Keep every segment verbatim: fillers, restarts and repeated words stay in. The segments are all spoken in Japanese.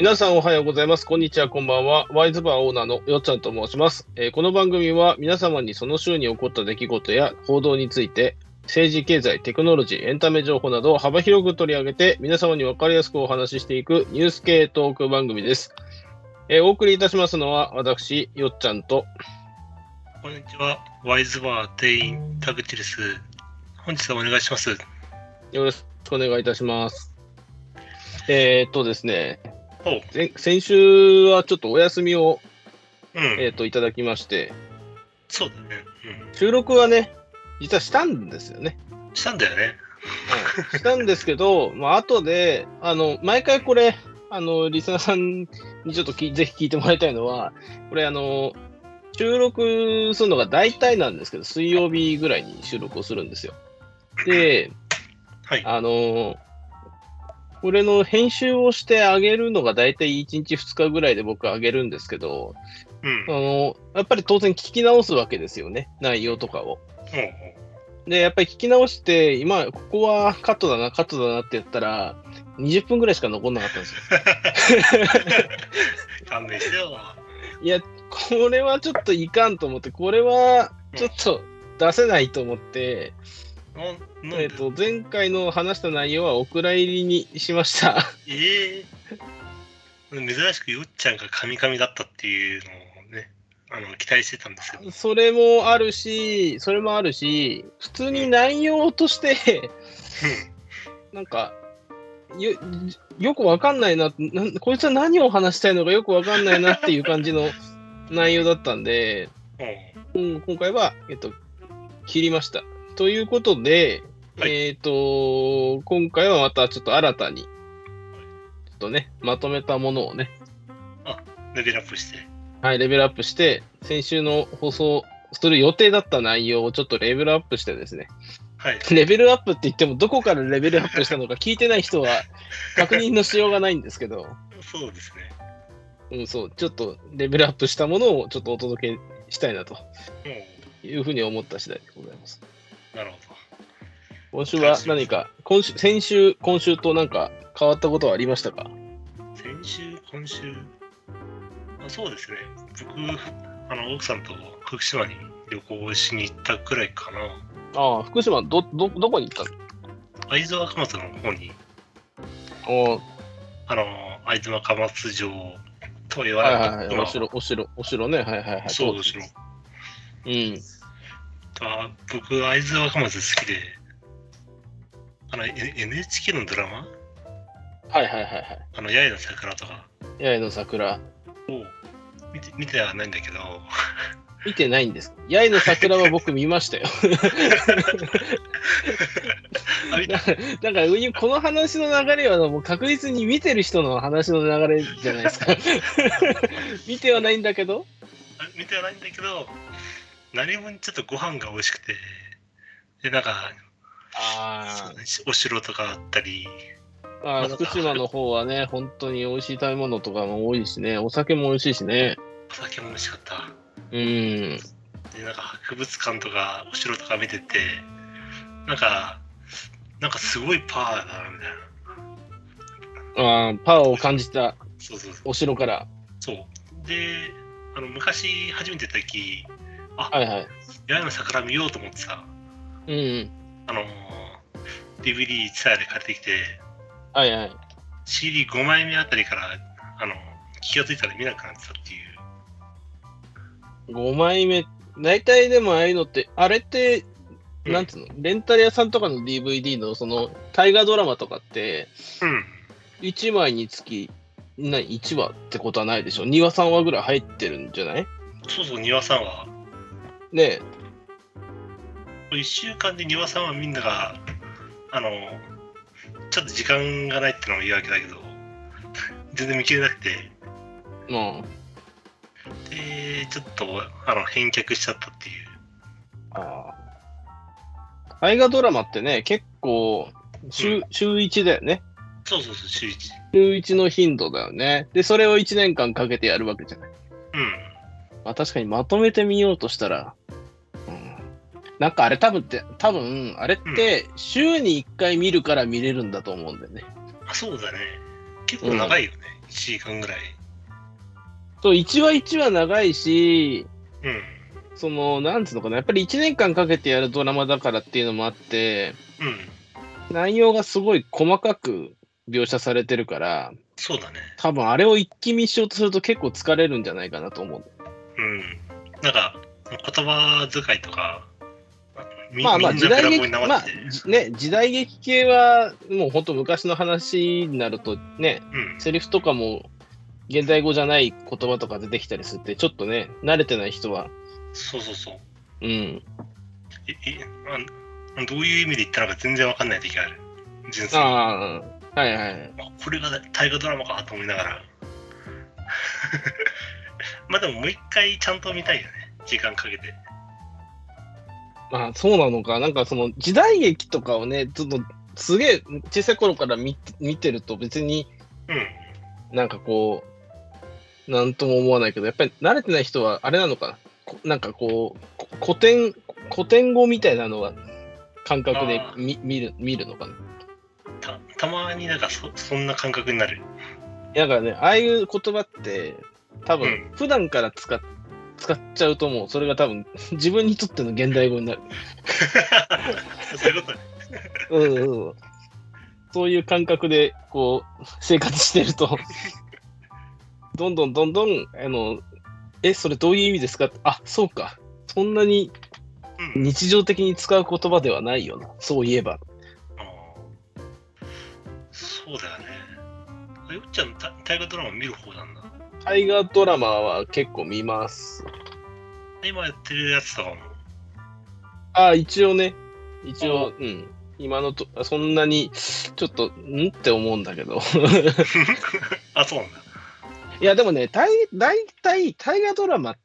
皆さんおはようございます。こんにちは、こんばんは。ワイズバーオーナーのよっちゃんと申します。えーこの番組は皆様にその週に起こった出来事や報道について、政治、経済、テクノロジー、エンタメ情報などを幅広く取り上げて、皆様に分かりやすくお話ししていくニュース系トーク番組です。えーお送りいたしますのは、私、よっちゃんと、 こんにちは、ワイズバー店員田口です。本日はお願いします。 よろしくお願いいたします。えーっとですね、 おう、 前先週はちょっとお休みを、 うん、 えーっといただきまして、 そうだね、 収録はね、実はしたんですよね。 うん、したんだよね。 はいしたんですけど、まあ後で、あの、毎回これ、あの、リスナーさんにちょっときぜひ聞いてもらいたいのは、これあの、収録するのが大体なんですけど、水曜日ぐらいに収録をするんですよ。で、 はい、 あの、これの編集をしてあげるのが大体いちにちふつかぐらいで僕はあげるんですけど、 うん、 あの、やっぱり当然聞き直すわけですよね、内容とかを。 おうで、やっぱり聞き直して、今、ここはカットだな、カットだなってやったら、にじゅっぷんぐらいしか残んなかったんですよ。 おう、勘弁してよ。 いや、これはちょっといかんと思って、これはちょっと出せないと思って、 ななんでえっと、前回の話した内容はお蔵入りにしました。 ええ珍しくよっちゃんがカミカミだったっていうのをね、あの期待してたんですけど。 それもあるし、それもあるし、普通に内容として、なんか、よ、よくわかんないなな、こいつは何を話したいのかよくわかんないなっていう感じの内容だったんで、 うん、 うん、今回は、えっと、切りました。ということで、 はいえっと、今回はまたちょっと新たに、ちょっとね、まとめたものをね、 レベルアップして。 はい、レベルアップして、先週の放送する予定だった内容をちょっとレベルアップしてですね、 はい、 レベルアップって言ってもどこからレベルアップしたのか聞いてない人は確認のしようがないんですけど、 そうですね。 うん、そう、ちょっとレベルアップしたものをちょっとお届けしたいなとういうふうに思った次第でございます。 ん、なるほ今週は何か、今週、先週、今週となんか変わったことはありましたか？ ど。先週、今週、あ、そうですね。僕、あの、奥さんと福島に旅行しに行ったくらいかな。 ああ、福島、ど、ど、どこに行った会津若松の方に、 の？ あの、会津若松城と言ああ、 われはいはいはい、 るところ、 お城、お城、お城ね、はいはいはい。 そう、お城。 うん。 あ、僕、会津若松好きで、あの、N- エヌエイチケー のドラマ、 はいはいはいはい。 あの、八重の桜とか八重の桜。 を見て見てはないんだけど、 見てないんです。八重の桜は僕見ましたよ。 あ、見た。 だから、この話の流れはもう確実に見てる人の話の流れじゃないですか。見てはないんだけど、 あ、見てはないんだけど、何分ちょっとご飯が美味しくて、で、なんか、 あお城とかあったり、 あ、福島の方はね、本当に美味しい食べ物とかも多いしね、お酒も美味しいしね。 お酒も美味しかった。 うん。 で、なんか博物館とかお城とか見てて、なんか、なんかすごいパワーだな、みたいな。 ああ、パワーを感じたそうそうそう。 お城から。 そう。で、あの、昔初めて行った時、あ、 はいはい。 八重の桜見ようと思ってさ、 うん。 あのー、ディーブイディー ツアーで借りてきて、 はいはい。 シーディーご 枚目あたりから、あの、気がついたら見なくなってたっていう。 ごまいめ。大体でもああいうのって、あれって、 うんなんつうの、レンタル屋さんとかの ディーブイディー のその大河ドラマとかって、 うん。 いちまいにつき、ないちわってことはないでしょ。にわさんわぐらい入ってるんじゃない？ そうそう、庭さんは、 ねえ。 いっしゅうかんで庭さんはみんなが、あの、ちょっと時間がないってのも言うわけだけど、全然見切れなくて、 まで、ちょっと、あの、返却しちゃったっていう。 あ。ああ。大河ドラマってね、結構、週、 うん週いちだよね。 そうそうそう、週一。 週いちの頻度だよね。で、それをいちねんかんかけてやるわけじゃない。 うん。 まあ確かにまとめてみようとしたら、うん、なんかあれ多分って、多分あれって週にいっかい見るから見れるんだと思うんだよね。 あ、そうだね。 結構長いよね、うん、いちじかんぐらい。 そう、いちわいちわ長いし、 うん。 その、なんつうのかな、やっぱりいちねんかんかけてやるドラマだからっていうのもあって、 うん。 内容がすごい細かく描写されてるから、 そうだね。 多分あれを一気見しようとすると結構疲れるんじゃないかなと思う。 うん。なんか、言葉遣いとか、 まあまあ時代劇、まあね、時代劇系はもう本当昔の話になるとね、うん、セリフとかも現代語じゃない言葉とか出てきたりするって、ちょっとね、慣れてない人は。 そうそうそう。 うん。 え、え、あ、どういう意味で言ったのか全然わかんない時がある。純粋に。 ああ、はいはい。 これが大河ドラマかと思いながら。まあでももう一回ちゃんと見たいよね。時間かけて。 まあそうなのか。なんかその時代劇とかをね、ちょっとすげえ小さい頃から見、見てると別に、うん、なんかこう、なんとも思わないけど、やっぱり慣れてない人はあれなのかな。なんかこう、古典、古典語みたいなのは感覚で見見る見るのかな。 た, たまになんか そ, そんな感覚になる。 だからね、ああいう言葉って多分普段から使っ、うん、使っちゃうと思う。それが多分自分にとっての現代語になる。 そういうことね。 うんうん。そういう感覚でこう生活してるとどんどんどんどんあのえそれどういう意味ですか？あ、そうか。そんなに日常的に使う言葉ではないよな。そういえば。 そうだよね。よっちゃん大河ドラマ見る方なんだ。 大河ドラマは結構見ます。 今やってるやつとかも。 あ、一応ね。一応、うん。今のと、そんなに、ちょっと、んって思うんだけど。 あ、そうなんだ。 いや、でもね、大体、大河ドラマって、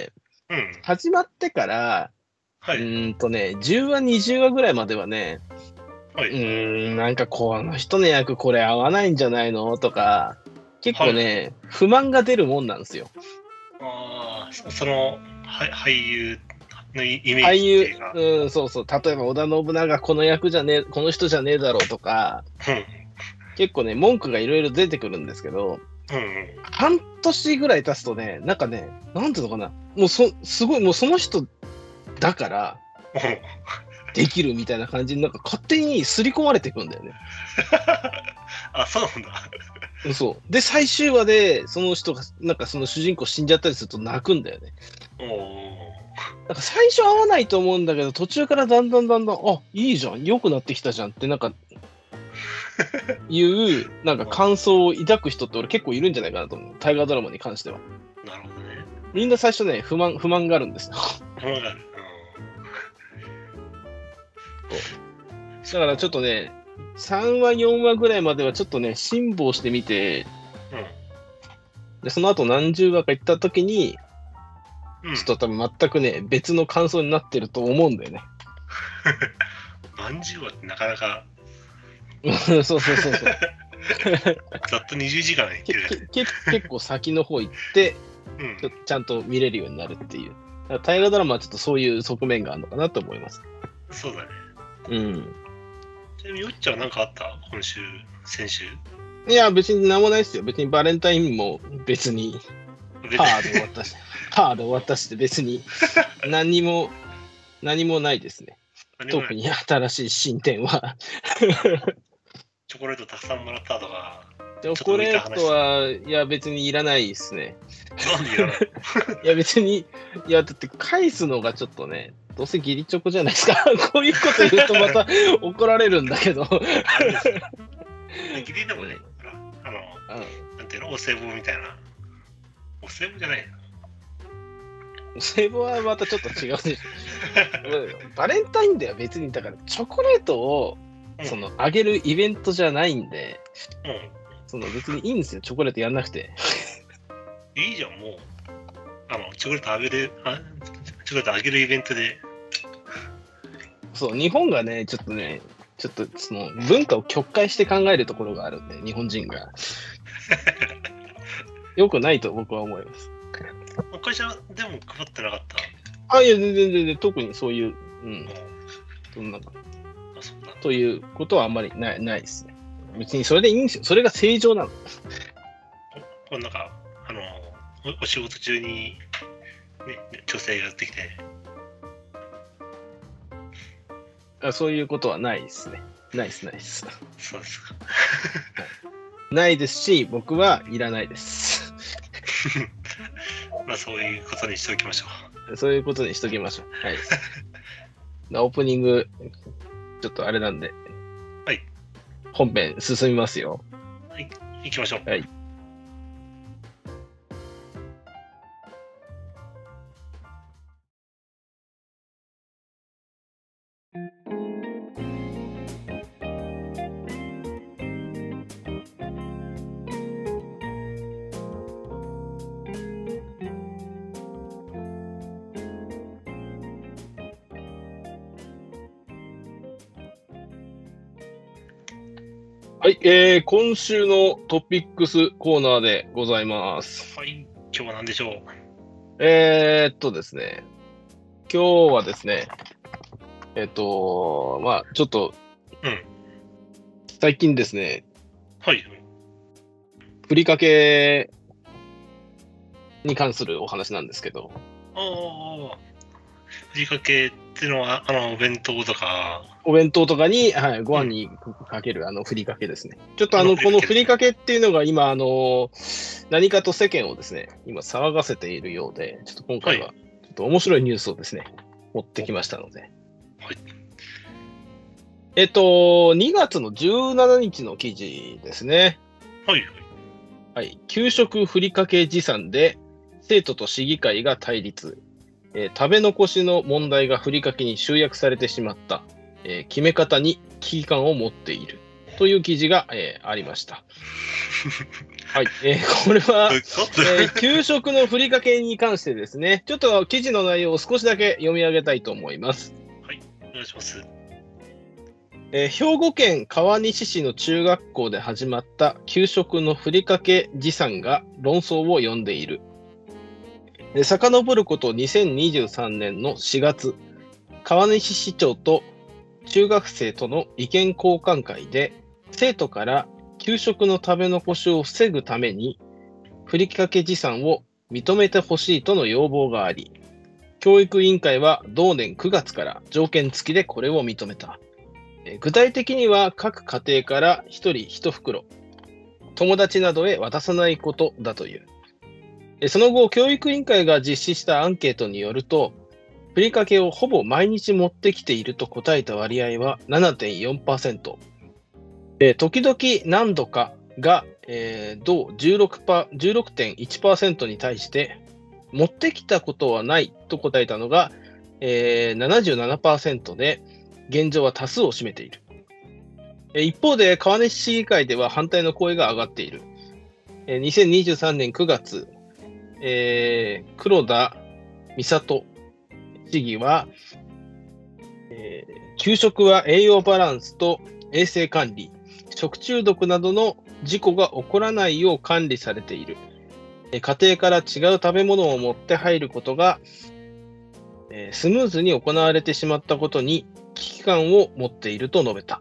うん、 始まってから、はい、うーんとね、じゅうわ、にじゅうわぐらいまではね、はい、うーん、なんかこの人の役これ合わないんじゃないのとか、結構ね、はい、不満が出るもんなんですよ。 ああ、その、は俳優のイメージ俳優、うん、そうそう。例えば織田信長この役じゃねえ、この人じゃねえだろうとか、うん、結構ね、文句がいろいろ出てくるんですけど、うんうん、半年ぐらい経つとね、なんかね、なんていうのかな、もうそ、すごい、もうその人だから、できるみたいな感じになんか勝手に刷り込まれていくんだよね。 あ、そうなんだ。 そう。で、最終話で、その人が、なんかその主人公死んじゃったりすると泣くんだよね。おなんか最初合わないと思うんだけど、途中からだんだんだんだん、あ、いいじゃん、良くなってきたじゃんって、なんか、いう、なんか感想を抱く人って俺結構いるんじゃないかなと思う。大河ドラマに関しては。 なるほどね。 みんな最初ね、不満、不満があるんですよ。 不満がある。 だからちょっとね、さんわ、よんわぐらいまではちょっとね、辛抱してみて、うん、でその後何十話か行った時に、うん、ちょっと多分全くね、別の感想になってると思うんだよね。 何十話ってなかなか。 そうそうそうそう。 ざっとにじゅうじかんいってる。 けけ結構先の方行って、うん、ち, ちゃんと見れるようになるっていう。大河ドラマはちょっとそういう側面があるのかなと思います。 そうだね。 うん。 ちなみによっちゃんは何かあった今週、先週。 いや、別に何もないですよ。別にバレンタインも別に、パーで終わったし、パーで終わったし、別に何も、何もないですね。特に新しい進展は。 チョコレートたくさんもらったとか。 チョコレートは、いや、別にいらないですね。 なんでいらないいや、別に、いや、だって返すのがちょっとね、どうせ義理チョコじゃないですか。こういうこと言うとまた怒られるんだけど。 義理でもね、あの、うん、なんていうの、お歳暮みたいな。お歳暮じゃないな。 お歳暮はまたちょっと違うでしょ。バレンタインデーは別に、だからチョコレートを、うん、そのあげるイベントじゃないんで、うん、その別にいいんですよ、チョコレートやんなくて。 いいじゃん、もう。あの、チョコレートあげる、あチョコレートあげるイベントで。 そう、日本がね、ちょっとね、ちょっとその文化を曲解して考えるところがあるんで、日本人が。よくないと僕は思います。 会社でも配ってなかった？ あ、いや、全然全然、特にそういう、うん。そんな、ということはあんまりない、ないですね。 別にそれでいいんですよ。それが正常なの。 これなんか、あの、お、お仕事中に、ね、女性がやってきて、 あ、そういうことはないですね。ないです、ないです。 そうですか。 ないですし、僕はいらないです。 まあそういうことにしておきましょう。そういうことにしときましょう。はい。オープニング、ちょっとあれなんで、 はい。 本編進みますよ。 はい、行きましょう。 はい。はい、えー、今週のトピックスコーナーでございます。 はい、今日は何でしょう。 えー、っとですね、今日はですね、えっと、まあちょっと、 うん、 最近ですね、 はい、 ふりかけに関するお話なんですけど、 ああ、ふりかけっていうのは、あの、お弁当とか、 お弁当とかに、はい、ご飯にかけるあのふりかけですね。ちょっとあの、このふりかけっていうのが今、あの、何かと世間をですね、今騒がせているようで、ちょっと今回は、ちょっと面白いニュースをですね、持ってきましたので。 はい。 えっと、にがつのじゅうしちにちの記事ですね。 はい、はい。 はい。給食ふりかけ持参で、生徒と市議会が対立。えー食べ残しの問題がふりかけに集約されてしまった。えー決め方に危機感を持っている。という記事が、えーありました。はい。えーこれは、えー給食のふりかけに関してですね、ちょっと記事の内容を少しだけ読み上げたいと思います。 はい、お願いします。 えー兵庫県川西市の中学校で始まった給食のふりかけ持参が論争を呼んでいる。で遡ることにせんにじゅうさんねんのしがつ、川西市長と中学生との意見交換会で、生徒から給食の食べ残しを防ぐために、ふりかけ持参を認めてほしいとの要望があり、教育委員会は同年くがつから条件付きでこれを認めた。えー具体的には各家庭からひとりいち袋、友達などへ渡さないことだという。えーその後、教育委員会が実施したアンケートによると、ふりかけをほぼ毎日持ってきていると答えた割合は ななてんよんパーセント。えー時々何度かが、えー同 じゅうろくパーじゅうろくてんいちパーセント に対して、持ってきたことはないと答えたのが、えーななじゅうななパーセントで、現状は多数を占めている。えー一方で、川西市議会では反対の声が上がっている。えーにせんにじゅうさんねんくがつ、えー黒田美里市議は、えー給食は栄養バランスと衛生管理、食中毒などの事故が起こらないよう管理されている。えー家庭から違う食べ物を持って入ることが、えースムーズに行われてしまったことに危機感を持っていると述べた。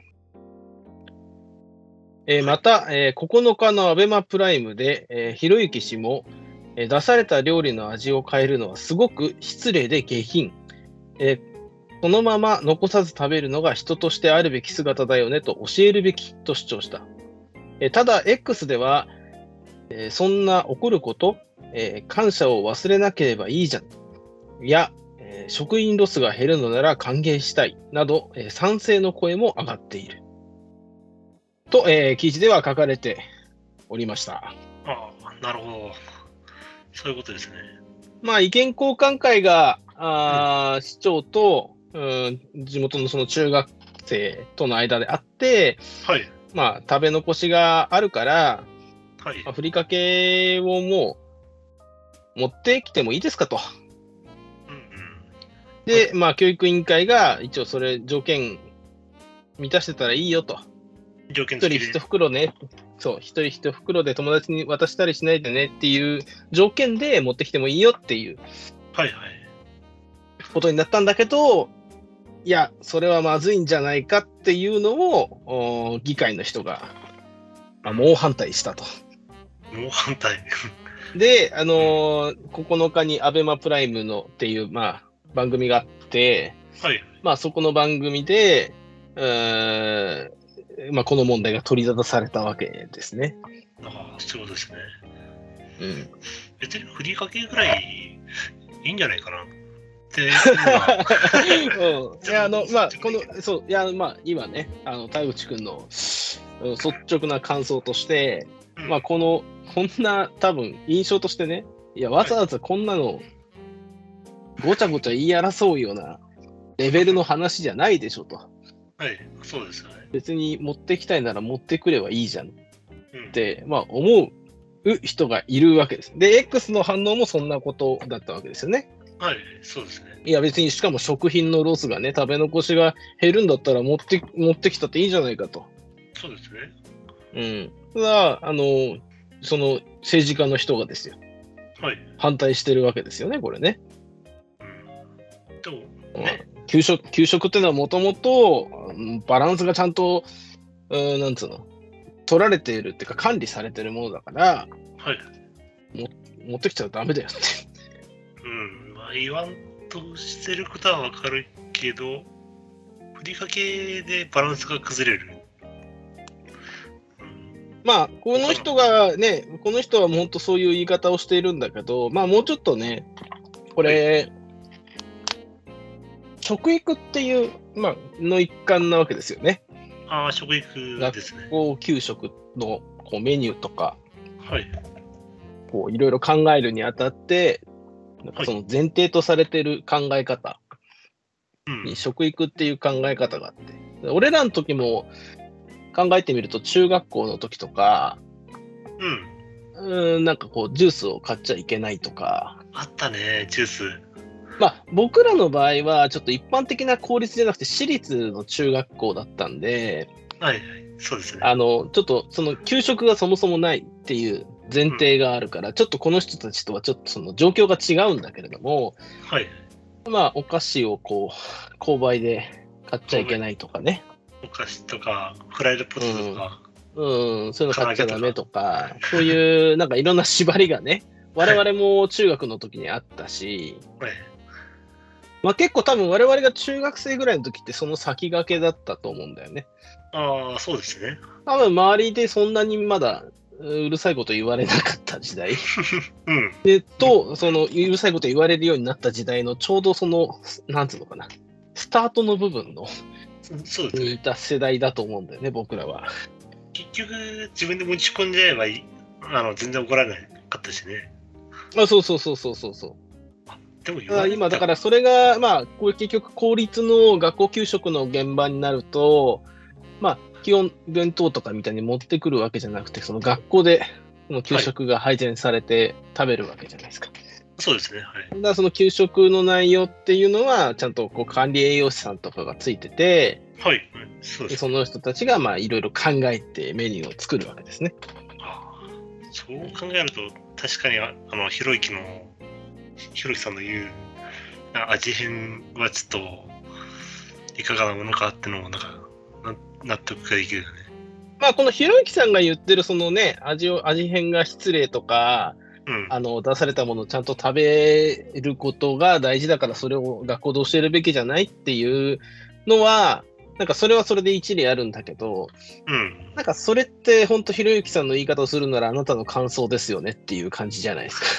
えーまた、えーここのかのアベマプライムで、えーひろゆき氏も、えー出された料理の味を変えるのはすごく失礼で下品。えーそのまま残さず食べるのが人としてあるべき姿だよねと教えるべきと主張した。えーただ、X では、えーそんな怒ること、えー感謝を忘れなければいいじゃん。や、えー食品ロスが減るのなら歓迎したい。など、えー賛成の声も上がっている。と、えー記事では書かれておりました。 ああ、なるほど。そういうことですね。 まあ、意見交換会が、あー市長と、うん地元のその中学生との間であって、 はい、 まあ、食べ残しがあるから、 はいまあ、。ふりかけをもう持ってきてもいいですかと。 うんうん。 で、まあ、教育委員会が一応それ条件満たしてたらいいよと。 条件一人付きで。 一袋ね。そう、一人一袋で友達に渡したりしないでねっていう条件で持ってきてもいいよっていうはいはい。 ことになったんだけど、 いや、それはまずいんじゃないかっていうのを、議会の人が、まあ、猛反対したと。 猛反対で、あのー、ここのかにアベマプライムのっていう、まあ、番組があって、 はい。 まあ、そこの番組で、うーん、まあ、この問題が取り沙汰されたわけですね。 ああ、そうですね。 うん。 別にふりかけぐらいいいんじゃないかなっていううん、いや、あの、まあ、この、そう、いや、まあ、今ね、あの、田口くんの率直な感想として、うん、まあ、この、こんな、多分、印象としてね、いや、わざわざこんなの、ごちゃごちゃ言い争うようなレベルの話じゃないでしょと。 はい、そうですよね。 別に持ってきたいなら持ってくればいいじゃんって、うん、まあ、思う人がいるわけです。で、X の反応もそんなことだったわけですよね。 はい、そうですね。 いや別にしかも食品のロスがね、食べ残しが減るんだったら持って持ってきたっていいじゃないかと。 そうですね。 うん。ただ、あの、その政治家の人がですよ。 はい。 反対してるわけですよね、これね。 うん。でも、 ね、給食、給食っていうのはもともとバランスがちゃんと、うん、なんつうの、取られているっていうか管理されてるものだから、 はい。 も持ってきちゃダメだよって。 うん、まあ言わんとしてることはわかるけど、ふりかけでバランスが崩れる。 うん、まあ、この人がね、この人は本当そういう言い方をしているんだけど、まあもうちょっとね、これ、はい、食育っていう、まあ、の一環なわけですよね。 ああ、食育ですね。 学校給食のこうメニューとか、 はい。 こういろいろ考えるにあたって、なんかその前提とされている考え方に食育っていう考え方があって、うん、俺らの時も考えてみると中学校の時とか、うん、うんなんかこうジュースを買っちゃいけないとか。 あったね、ジュース。 まあ僕らの場合はちょっと一般的な公立じゃなくて私立の中学校だったんで、 はいはい、そうですね。 あのちょっとその給食がそもそもないっていう前提があるから、うん、ちょっとこの人たちとはちょっとその状況が違うんだけれども、 はい、 まあお菓子をこう購買で買っちゃいけないとかね、 お菓子とかフライドポテトとか、 うん、うん、そういうの買っちゃダメとか、そういうなんかいろんな縛りがね我々も中学の時にあったし、はい、まあ結構多分我々が中学生ぐらいの時ってその先駆けだったと思うんだよね。 ああ、そうですね。 多分周りでそんなにまだうるさいこと言われなかった時代、うん、でとそのうるさいこと言われるようになった時代のちょうどそのなんつうのかなスタートの部分のそうですね、 にいた世代だと思うんだよね僕らは。 結局自分で持ち込んじゃえばいいあの全然怒らなかったしね。 あそうそうそうそうそうそう。 でも今だからそれがまあこれ結局公立の学校給食の現場になるとまあ基本弁当とかみたいに持ってくるわけじゃなくてその学校でその給食が配膳されて食べるわけじゃないですか。はい、 そうですね。はい。 だからその給食の内容っていうのはちゃんとこう管理栄養士さんとかがついてて、 はい、そうです。 その人たちがまあいろいろ考えてメニューを作るわけですね。 ああ、そう考えると確かにあのひろゆきのひろゆきさんの言う味変はちょっといかがなものかっていうのもなんか納得ができるよね。 まあこのひろゆきさんが言ってるそのね味を味変が失礼とか、うん、あの出されたものをちゃんと食べることが大事だからそれを学校で教えるべきじゃないっていうのはなんかそれはそれで一理あるんだけど、うん、なんかそれって本当ひろゆきさんの言い方をするならあなたの感想ですよねっていう感じじゃないですか。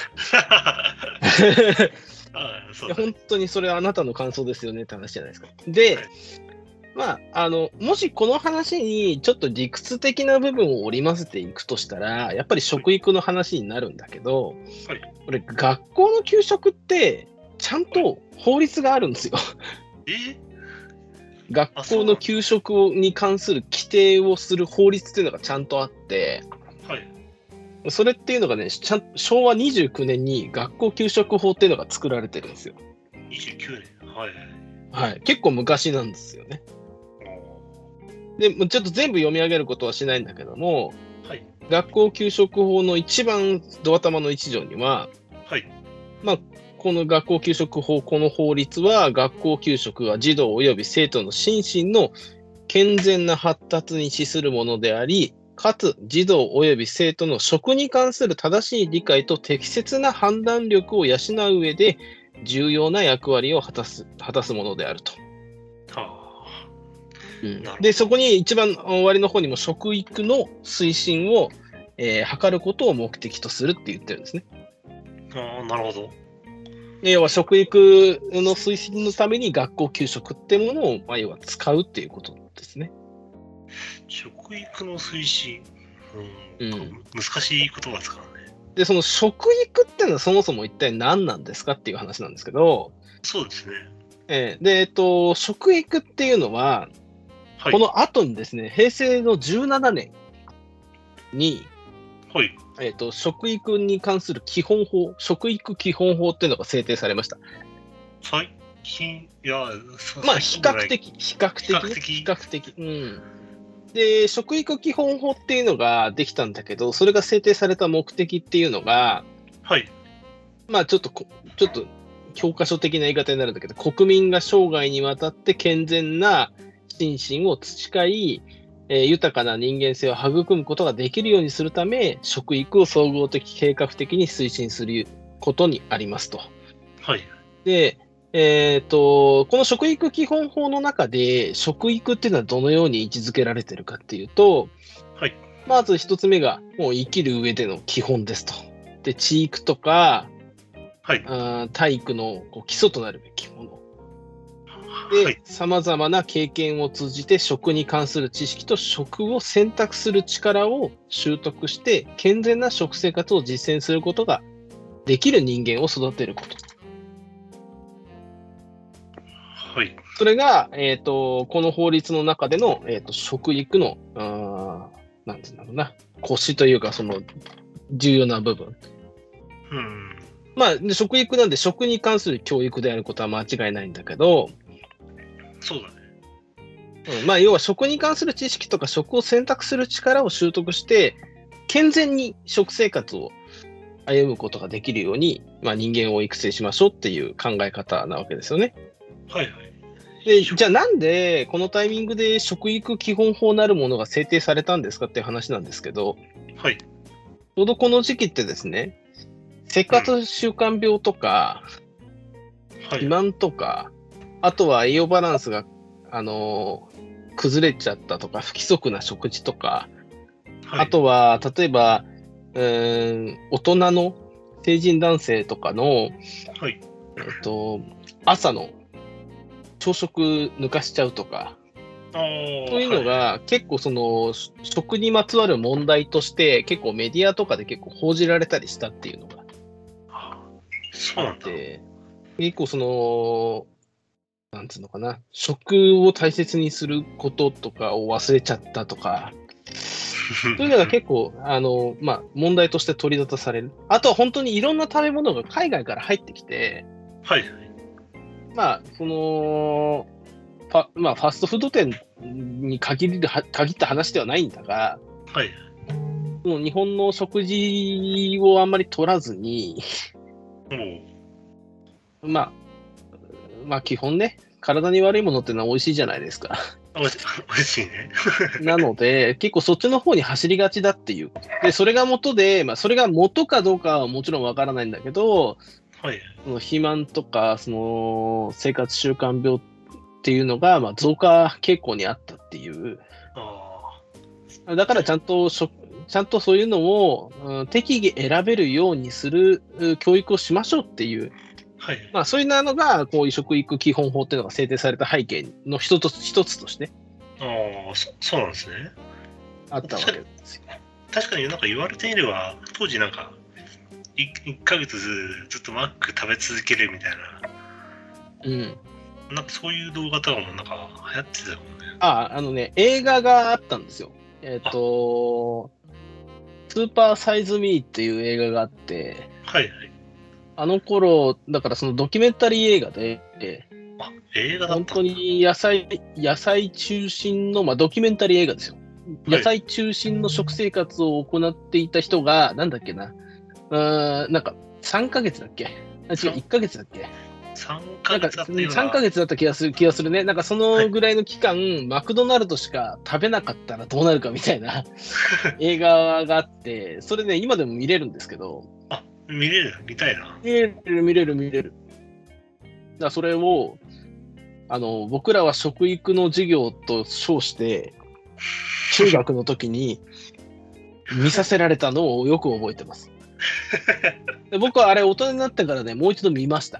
ああそうね、本当にそれはあなたの感想ですよねって話じゃないですか。で、はい、まあ、あのもしこの話にちょっと理屈的な部分を織り交ぜていくとしたらやっぱり食育の話になるんだけど、はい、これ学校の給食ってちゃんと法律があるんですよ。 え学校の給食に関する規定をする法律っていうのがちゃんとあって、はい、それっていうのがねちゃんしょうわにじゅうきゅうねんに学校給食法っていうのが作られてるんですよ。 にじゅうきゅうねん、はいはい、結構昔なんですよね。でもちょっと全部読み上げることはしないんだけども、はい、学校給食法の一番ド頭の一条には、はい、まあこの学校給食法、この法律は、学校給食は児童及び生徒の心身の健全な発達に資するものであり、かつ児童及び生徒の食に関する正しい理解と適切な判断力を養う上で、重要な役割を果たす、果たすものであると。 はあ。 うんなるほどで、そこに一番終わりの方にも食育の推進を、えー図ることを目的とするって言ってるんですね。 ああ、なるほど。 で要は食育の推進のために学校給食ってものを、まあ、要は使うっていうことですね。 食育の推進。うん。 うん難しい言葉ですからね。 で、その食育っていうのはそもそも一体何なんですかっていう話なんですけど、 そうですね。 えーで、えっと、食育っていうのは、 はい。 この後にですね、平成のじゅうななねんに、 はい。 えっと、食育に関する基本法、食育基本法っていうのが制定されました。 最近、いや、そまあ、比最近じゃない較的、比較的ね、 比較的比較的。うん。で、食育基本法っていうのができたんだけど、それが制定された目的っていうのが、 はい。 まあ、ちょっとこ、ちょっと、教科書的な言い方になるんだけど、国民が生涯にわたって健全な心身を培い、えー豊かな人間性を育むことができるようにするため、食育を総合的、計画的に推進することにありますと。 はい。 で、えっと、この食育基本法の中で、食育っていうのはどのように位置づけられてるかっていうと、 はい。 まず一つ目が、もう生きる上での基本ですと。で、知育とか、 はい。 あー体育のこう基礎となるべきもの。ではい、。 さまざまな経験を通じて食に関する知識と食を選択する力を習得して、健全な食生活を実践することができる人間を育てること。 はい。 それが、えっと、この法律の中での、えっと、食育の、あーなんていうんだろうな、腰というか、その、重要な部分。 うん。 まあ、で食育なんで食に関する教育であることは間違いないんだけど、 そうだね。 うんまあ、要は食に関する知識とか食を選択する力を習得して、健全に食生活を歩むことができるように、まあ、人間を育成しましょうっていう考え方なわけですよね。 はいはい。 で、じゃあなんでこのタイミングで食育基本法なるものが制定されたんですかっていう話なんですけど、 はい。 ちょうどこの時期ってですね、生活習慣病とか、 はい。 肥満とか、あとは栄養バランスが、あのー崩れちゃったとか、不規則な食事とか、 はい。 あとは、例えば、うーん、大人の成人男性とかの、 はい。 えっと、朝の朝食抜かしちゃうとか、 ああ。 そういうのが結構そのし食にまつわる問題として結構メディアとかで結構報じられたりしたっていうのがはい、そうなんだ。 あって、結構その、なんつうのかな、食を大切にすることとかを忘れちゃったとか、そういうのが結構、あの、まあ、問題として取り沙汰される。あとは本当にいろんな食べ物が海外から入ってきて、 はい。 まあ、その、ファまあ、ファストフード店に限るは限った話ではないんだが、 はい。 もう日本の食事をあんまり取らずに、 おまあ、まあ基本ね、体に悪いものってのは美味しいじゃないですか。 お。おいしおいしいね。 なので、結構そっちの方に走りがちだっていう。で、それが元で、まあそれが元かどうかはもちろんわからないんだけど、 はい。 その肥満とか、その生活習慣病っていうのが、まあ増加傾向にあったっていう。 あだからちゃんと食、ちゃんとそういうのを、うん適宜選べるようにするう教育をしましょうっていう、 あ。はい。 まあそういうのが、こういう食育基本法っていうのが制定された背景の一つ一つとしてああ、そそうなんですね。 あったわけですよ。 確かになんか言われてみれば、当時なんか、いいっかげつずずっとマック食べ続けるみたいうん。 な、なんかそういう動画とかもなんか流行ってたもんね。 あ、あのね、映画があったんですよ。えっ、と、スーパーサイズミーっていう映画があって、 はいはい。 あの頃、だからそのドキュメンタリー映画で、 あ、映画だったんだ。 本当に野菜、野菜中心の、まあドキュメンタリー映画ですよ。 はい野菜中心の食生活を行っていた人が、なんだっけな、うーんなんかさんかげつだっけあ、違う、いっかげつだっけ？ さんかげつだったような。 さんかげつだった気がする気がするね。なんかそのぐらいの期間、はい、マクドナルドしか食べなかったらどうなるかみたいな映画があって、それね、今でも見れるんですけど。 あ、見れる見たいな。 見れる、見れる、見れる。だからそれを、あの、僕らは食育の授業と称して、中学の時に見させられたのをよく覚えてます。で僕はあれ、大人になってからね、もう一度見ました。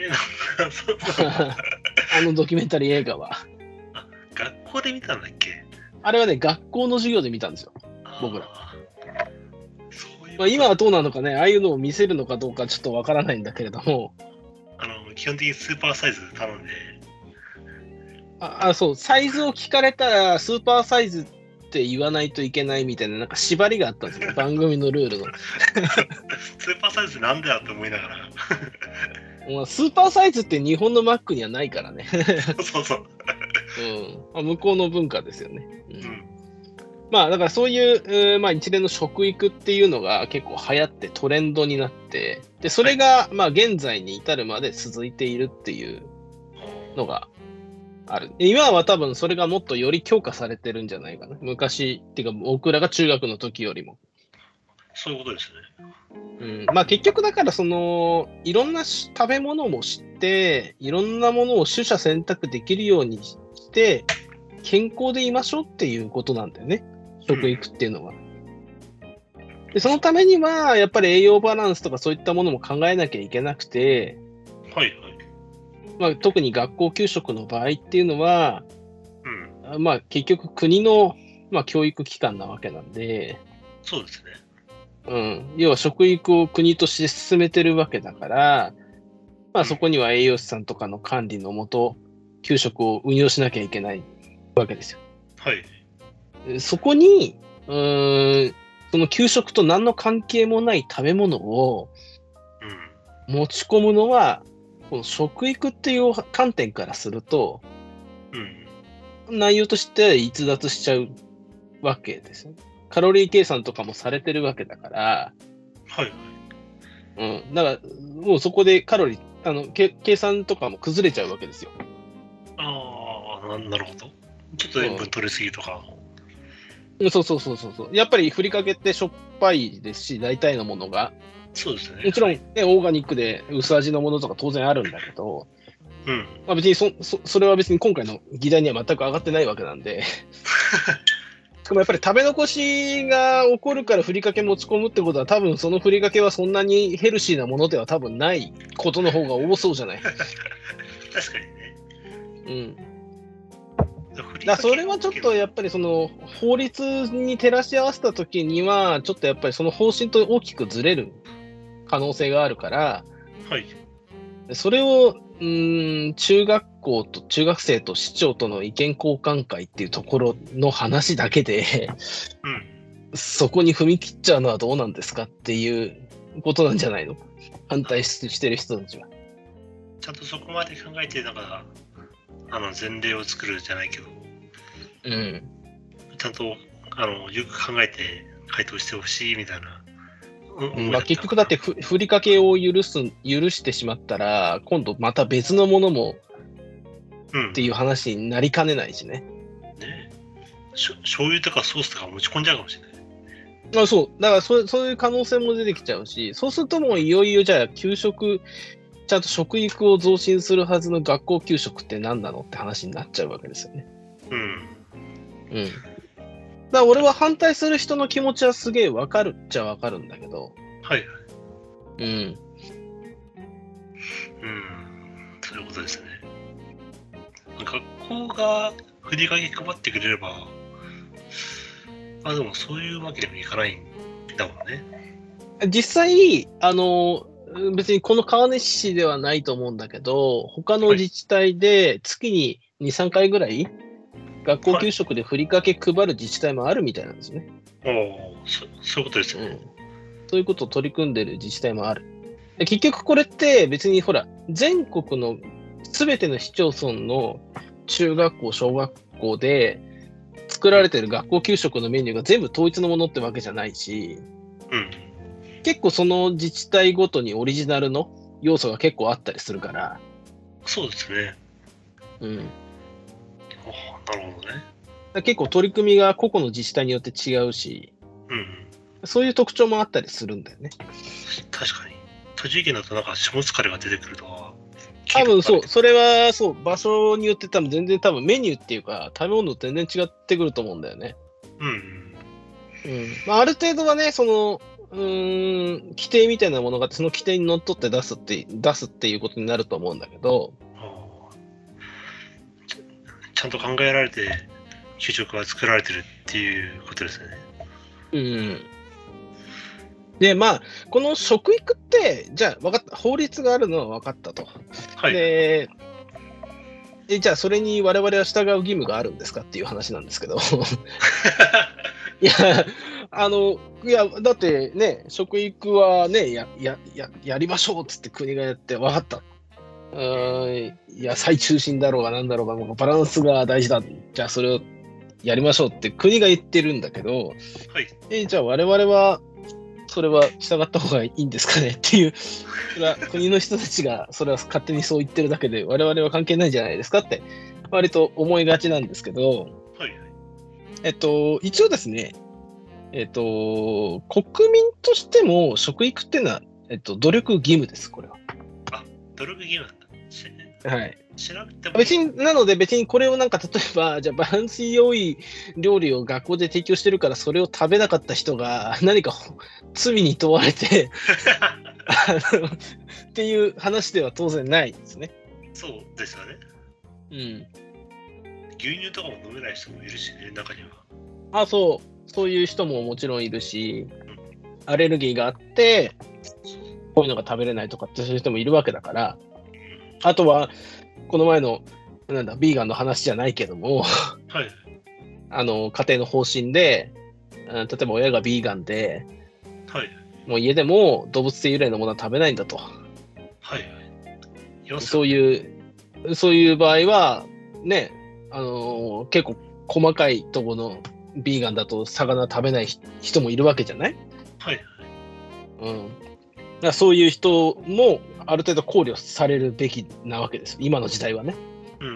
あのドキュメンタリー映画は。 あ、学校で見たんだっけ？ あれはね、学校の授業で見たんですよ、僕ら。 そういう、 まあ、今はどうなのかね、ああいうのを見せるのかどうかちょっとわからないんだけれども。 あの基本的にスーパーサイズ頼んで。 ああ、そう、サイズを聞かれたら、スーパーサイズって言わないといけないみたいな、なんか縛りがあったんですよ、番組のルールの。 スーパーサイズなんだよって思いながら。 スーパーサイズって日本のマックにはないからね。 そうそう。 うん、向こうの文化ですよね。うんうん、 まあだからそういう、えーまあ、一連の食育っていうのが結構流行ってトレンドになって、でそれが、はい、まあ現在に至るまで続いているっていうのがある。今は多分それがもっとより強化されてるんじゃないかな。昔っていうか僕らが中学の時よりも。 そういうことですね。 うん、まあ結局だからそのいろんな食べ物も知っていろんなものを取捨選択できるようにして健康でいましょうっていうことなんだよね、食育っていうのは。でそのためにはやっぱり栄養バランスとかそういったものも考えなきゃいけなくて、 はいはい、 まあ、特に学校給食の場合っていうのは、 うん、 まあ結局国の、まあ、教育機関なわけなんで。 そうですね。 うん、要は食育を国として進めてるわけだから、まあ、そこには栄養士さんとかの管理のもと、給食を運用しなきゃいけないわけですよ。 はい。 そこに、うーん、その給食と何の関係もない食べ物を持ち込むのは、この食育っていう観点からすると、うん、内容として逸脱しちゃうわけですよ。カロリー計算とかもされてるわけだから、 はい。 うん、だからもうそこでカロリーあのけ計算とかも崩れちゃうわけですよ。 ああ、なるほど。ちょっと塩分取りすぎとか。 うん、そうそうそうそうそう。やっぱりふりかけってしょっぱいですし、大体のものが。 そうですね。 もちろん、ね、オーガニックで薄味のものとか当然あるんだけど、 うんまあ、別に そ, そそれは別に今回の議題には全く上がってないわけなんで。しかもやっぱり食べ残しが起こるからふりかけ持ち込むってことは、多分そのふりかけはそんなにヘルシーなものでは多分ないことの方が多そうじゃない。 確かにね。 うん。だそれはちょっとやっぱりその法律に照らし合わせたときには、ちょっとやっぱりその方針と大きくずれる可能性があるから、 はい、 それをうーん中学校と中学生と市長との意見交換会っていうところの話だけで、 うん、 そこに踏み切っちゃうのはどうなんですかっていうことなんじゃないの？反対してる人たちは。 ちゃんとそこまで考えて、なんかあの前例を作るじゃないけど、 うん、 ちゃんとあのよく考えて回答してほしいみたいな。 うんまあ、結局だってふふりかけを許す許してしまったら今度また別のものもっていう話になりかねないしね。 うん、ねしょ醤油とかソースとか持ち込んじゃうかもしれない。 あそうだからそそういう可能性も出てきちゃうし、そうするともういよいよじゃあ給食ちゃんと食育を増進するはずの学校給食って何なのって話になっちゃうわけですよね。 うん。 うん。だから俺は反対する人の気持ちはすげえわかるっちゃわかるんだけど。 はいはい。 うん。うん。 そういうことですね。学校がふりかけ配ってくれれば、あ、でもそういうわけでもいかないんだもんね。 実際、あの、別にこの川西市ではないと思うんだけど、他の自治体で月にに、さんかいぐらい、学校給食でふりかけ配る自治体もあるみたいなんですよね。 はい、おそそういうことですよね、うん。 そういうことを取り組んでる自治体もある。で結局これって別にほら、全国のすべての市町村の中学校、小学校で作られてる学校給食のメニューが全部統一のものってわけじゃないし、 うん、 結構その自治体ごとにオリジナルの要素が結構あったりするから。 そうですね。 うん。 あ、なるほどね。 だ結構取り組みが個々の自治体によって違うし、 うん、 そういう特徴もあったりするんだよね。 確かに。栃木県だとなんか下疲れが出てくるとは。 多分そう、それはそう、場所によって多分全然多分メニューっていうか、食べ物全然違ってくると思うんだよね。 うん。 うんまあ、ある程度はね、その、うーん、規定みたいなものがあって、その規定にのっとって出すって、出すっていうことになると思うんだけど、 ちゃ、ちゃんと考えられて、給食は作られてるっていうことですね。 うん。で、まあ、この食育って、じゃあ分かった、法律があるのは分かったと。 はい。 で、えじゃあそれに我々は従う義務があるんですかっていう話なんですけど。いや、あの、いや、だってね、食育はね、や、や、や、やりましょうっつって国がやって、分かった。うーん、野菜中心だろうがなんだろうが、もうバランスが大事だ。じゃあそれをやりましょうって国が言ってるんだけど、 はい。 えじゃあ我々は、それは従った方がいいんですかねっていう、それは国の人たちがそれは勝手にそう言ってるだけで、我々は関係ないんじゃないですかって、割と思いがちなんですけど、 はい。 えっと、一応ですね、えっと、国民としても食育っていうのは、えっと、努力義務です、これは。 あ、努力義務なんだ。しはい。 調べても別に、なので別にこれをなんか例えば、じゃあバランス良い料理を学校で提供してるからそれを食べなかった人が何か罪に問われてあのっていう話では当然ないですね。 そうですよね。 うん。 牛乳とかも飲めない人もいるしね、中には。 あ、そう。そういう人ももちろんいるし、 うん、 アレルギーがあって、こういうのが食べれないとかってそういう人もいるわけだから、あとは、この前の、なんだ、ビーガンの話じゃないけども、 はい。 あの、家庭の方針で、うん、例えば親がビーガンで、 はい。 もう家でも動物性由来のものは食べないんだと。 はい。 そういう、そういう場合は、ね、あのー結構細かいところのビーガンだと魚食べない人もいるわけじゃない？ はい。 うん。だからそういう人もある程度考慮されるべきなわけです。今の時代はね。 うん。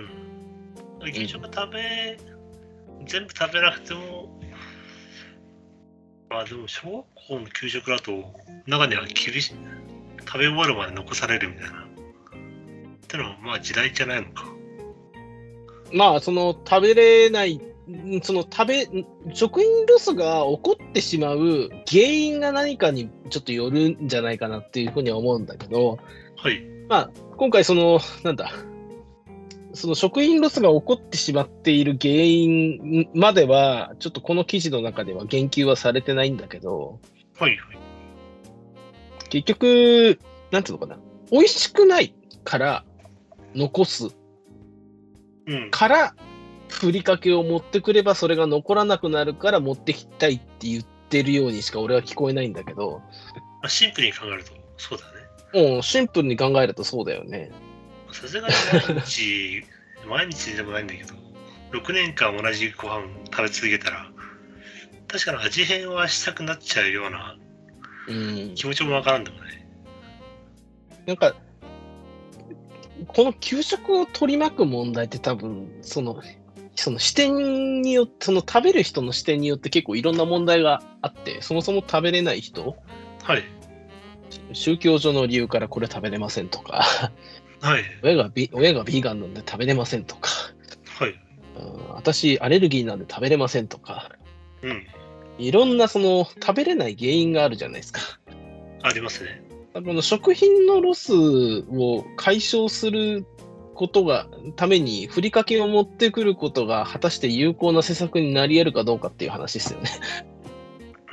給食食べ、全部食べなくても、まあでも小学校の給食だと中には厳しい、食べ終わるまで残されるみたいな。ってのはまあ時代じゃないのか。 まあその食べれないその食べ食品ロスが起こってしまう原因が何かにちょっとよるんじゃないかなっていうふうには思うんだけど、 はい。 まあ今回そのなんだその食品ロスが起こってしまっている原因まではちょっとこの記事の中では言及はされてないんだけど、 はいはい。 結局なんていうのかな、美味しくないから残すうん。 からふりかけを持ってくればそれが残らなくなるから持ってきたいって言ってるようにしか俺は聞こえないんだけど、 まあ、シンプルに考えるとそうだね。 もうシンプルに考えるとそうだよね。 さすがに毎日、毎日でもないんだけど、ろくねんかん同じご飯食べ続けたら、確かに味変はしたくなっちゃうような気持ちもわからんでもない。 うん、なんか、この給食を取り巻く問題って多分、その、その視点によって、その食べる人の視点によって結構いろんな問題があって、そもそも食べれない人、 はい。 宗教上の理由からこれ食べれませんとか、 はい。 親がビ親がビーガンなんで食べれませんとか、 はい。 うん、私アレルギーなんで食べれませんとか、 うん。 いろんなその食べれない原因があるじゃないですか。 ありますね。 この食品のロスを解消することがためにふりかけを持ってくることが果たして有効な施策になり得るかどうかっていう話ですよね。 うん。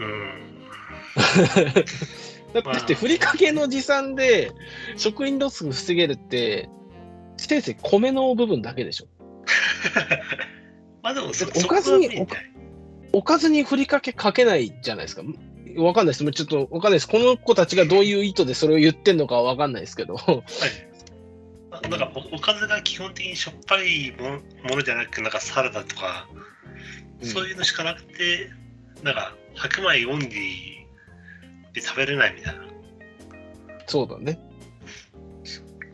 だってふりかけの持参で食品ロスを防げるってせいぜい米の部分だけでしょ。 まあでもそおかずにおおかずにふりかけかけないじゃないですか。わかんないです。ちょっとわかんないです。この子たちがどういう意図でそれを言ってんのかはわかんないですけど。はい。 なんか お, おかずが基本的にしょっぱいも の, ものじゃなく、なんかサラダとか、うん、そういうのしかなくて、なんか白米オンリーで食べれないみたいな。 そうだね。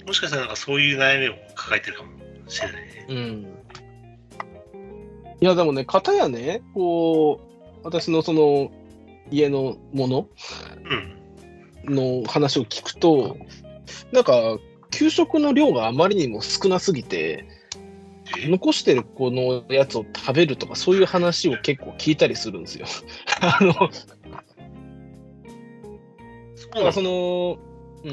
もしかしたらなんかそういう悩みを抱えてるかもしれないね。 うん。いやでもね、片やね、こう、私のその家のものの話を聞くと、なんか、給食の量があまりにも少なすぎて、残してるこのやつを食べるとか、そういう話を結構聞いたりするんですよ。あの、だからその、うん、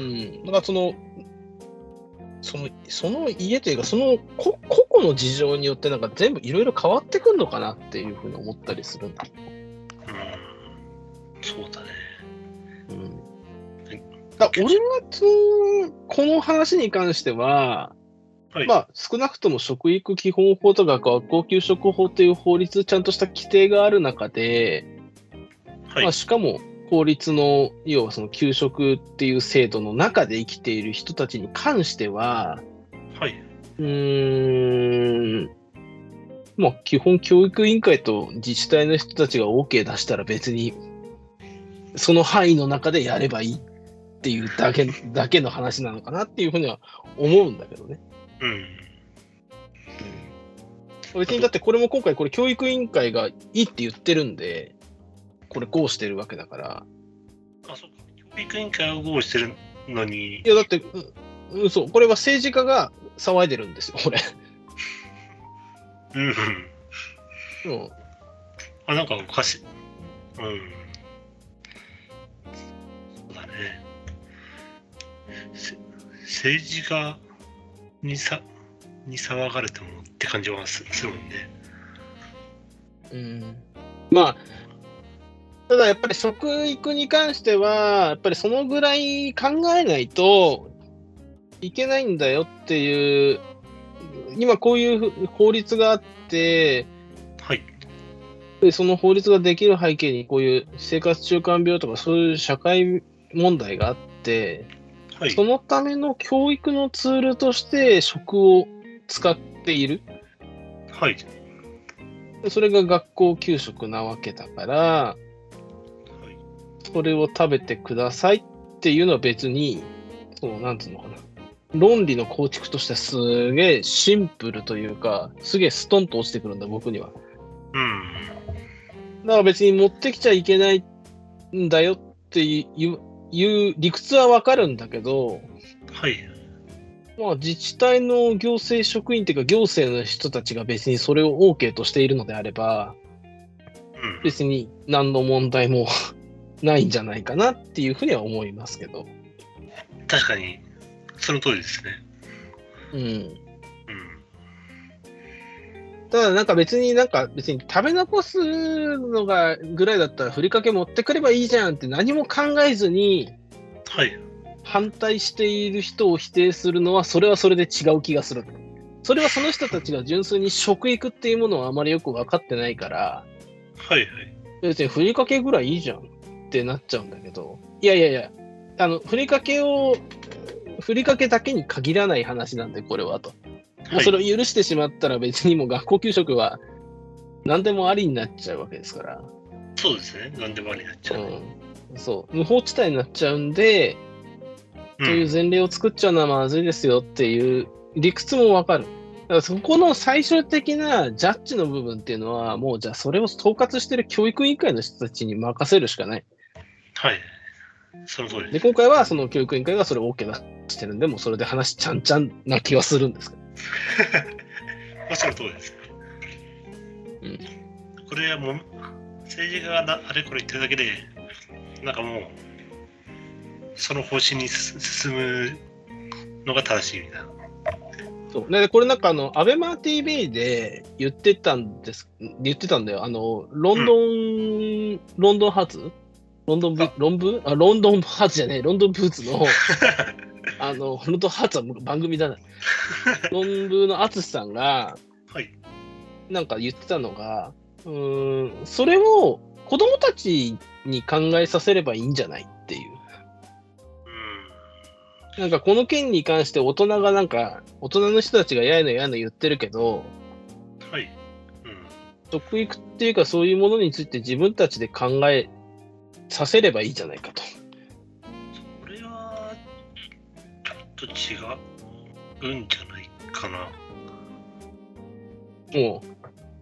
だからその、その、その家というか、その個々の事情によってなんか全部いろいろ変わってくるのかなっていうふうに思ったりするんだ。 うん、そうだね。 うん。だ俺はその、この話に関しては、はい、まあ少なくとも食育基本法とか学校給食法という法律、ちゃんとした規定がある中で、はい、まあしかも法律の要はその給食っていう制度の中で生きている人たちに関しては、 はい、 うーん、まあ基本教育委員会と自治体の人たちが OK 出したら別にその範囲の中でやればいいっていうだけだけの話なのかなっていうふうには思うんだけどね。 うん。 別にだってこれも今回これ教育委員会がいいって言ってるんで、これこうしてるわけだから。 あ、そうか。教育委員会はこうしてるのに。 いやだって、うん、そう、これは政治家が騒いでるんですよ、これ。 うん。うん。あ、なんかおかしい。うん。そうだね。政治家にさに騒がれてもって感じはするもんね。 うん。まあ、ただやっぱり食育に関しては、やっぱりそのぐらい考えないといけないんだよっていう、今こういう法律があって、 はい。 でその法律ができる背景にこういう生活習慣病とかそういう社会問題があって、はい、そのための教育のツールとして食を使っている。 はい。 それが学校給食なわけだから、はい、それを食べてくださいっていうのは別に、そのなんていうのかな。論理の構築としてはすげえシンプルというか、すげえストンと落ちてくるんだ、僕には。 うん。 だから別に持ってきちゃいけないんだよっていういう理屈はわかるんだけど、 はい。 まあ自治体の行政職員っていうか行政の人たちが別にそれを OK としているのであれば、うん、別に何の問題もないんじゃないかなっていうふうには思いますけど。 確かに、その通りですね。 うん。うん。ただなんか別になんか別に食べ残すのがぐらいだったらふりかけ持ってくればいいじゃんって何も考えずに反対している人を否定するのはそれはそれで違う気がする。それはその人たちが純粋に食育っていうものをあまりよく分かってないから、 はいはい。 別にふりかけぐらいいいじゃんってなっちゃうんだけど、いやいやいや、あのふりかけをふりかけだけに限らない話なんでこれはと。もうそれを許してしまったら別にもう学校給食は何でもありになっちゃうわけですから。 そうですね。何でもありになっちゃう、ね。 うん。そう。無法地帯になっちゃうんで、うん、そういう前例を作っちゃうのはまずいですよっていう理屈もわかる。だからそこの最終的なジャッジの部分っていうのは、もうじゃあそれを統括してる教育委員会の人たちに任せるしかない。 はい。その通りです。 で、今回はその教育委員会がそれを OK 出してるんで、もうそれで話ちゃんちゃんな気はするんですけど。 まあその通りです。うん。これはもう政治家があれこれ言ってるだけで、なんかもうその方針に進むのが正しいみたいな。 そうね、これなんかあのアベマ ティーブイ で言ってたんです言ってたんだよ。あのロンドン、うん、ロンドン発ロンドンブロンブあロンドン発じゃねえロンドンブーツのあのロンドン発は番組だな。ロンブの淳さんが、 はい、 なんか言ってたのが、うーんそれを子供たちに考えさせればいいんじゃないっていう。なんかこの件に関して大人がなんか大人の人たちがやいのやいの言ってるけど、 はい、 うん、食育っていうかそういうものについて自分たちで考えさせればいいじゃないかと。 それはちょっと違うんじゃないかな。 おう